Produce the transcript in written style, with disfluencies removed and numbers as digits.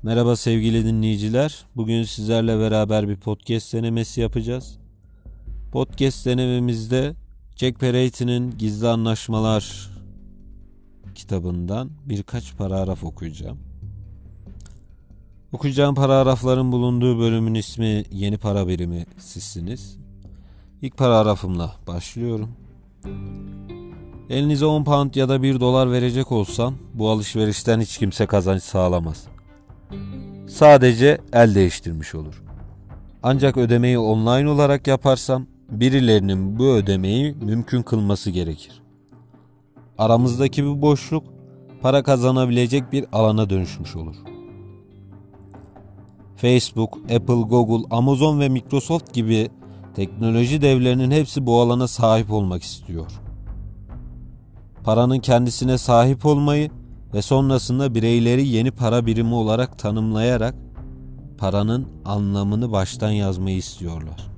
Merhaba sevgili dinleyiciler. Bugün sizlerle beraber bir podcast denemesi yapacağız. Podcast denememizde Jack Peretti'nin Gizli Anlaşmalar kitabından birkaç paragraf okuyacağım. Okuyacağım paragrafların bulunduğu bölümün ismi Yeni Para Birimi sizsiniz. İlk paragrafımla başlıyorum. Elinize 10 pound ya da 1 dolar verecek olsam bu alışverişten hiç kimse kazanç sağlamaz. Sadece el değiştirmiş olur. Ancak ödemeyi online olarak yaparsam birilerinin bu ödemeyi mümkün kılması gerekir. Aramızdaki bu boşluk para kazanabilecek bir alana dönüşmüş olur. Facebook, Apple, Google, Amazon ve Microsoft gibi teknoloji devlerinin hepsi bu alana sahip olmak istiyor. Paranın kendisine sahip olmayı ve sonrasında bireyleri yeni para birimi olarak tanımlayarak paranın anlamını baştan yazmayı istiyorlar.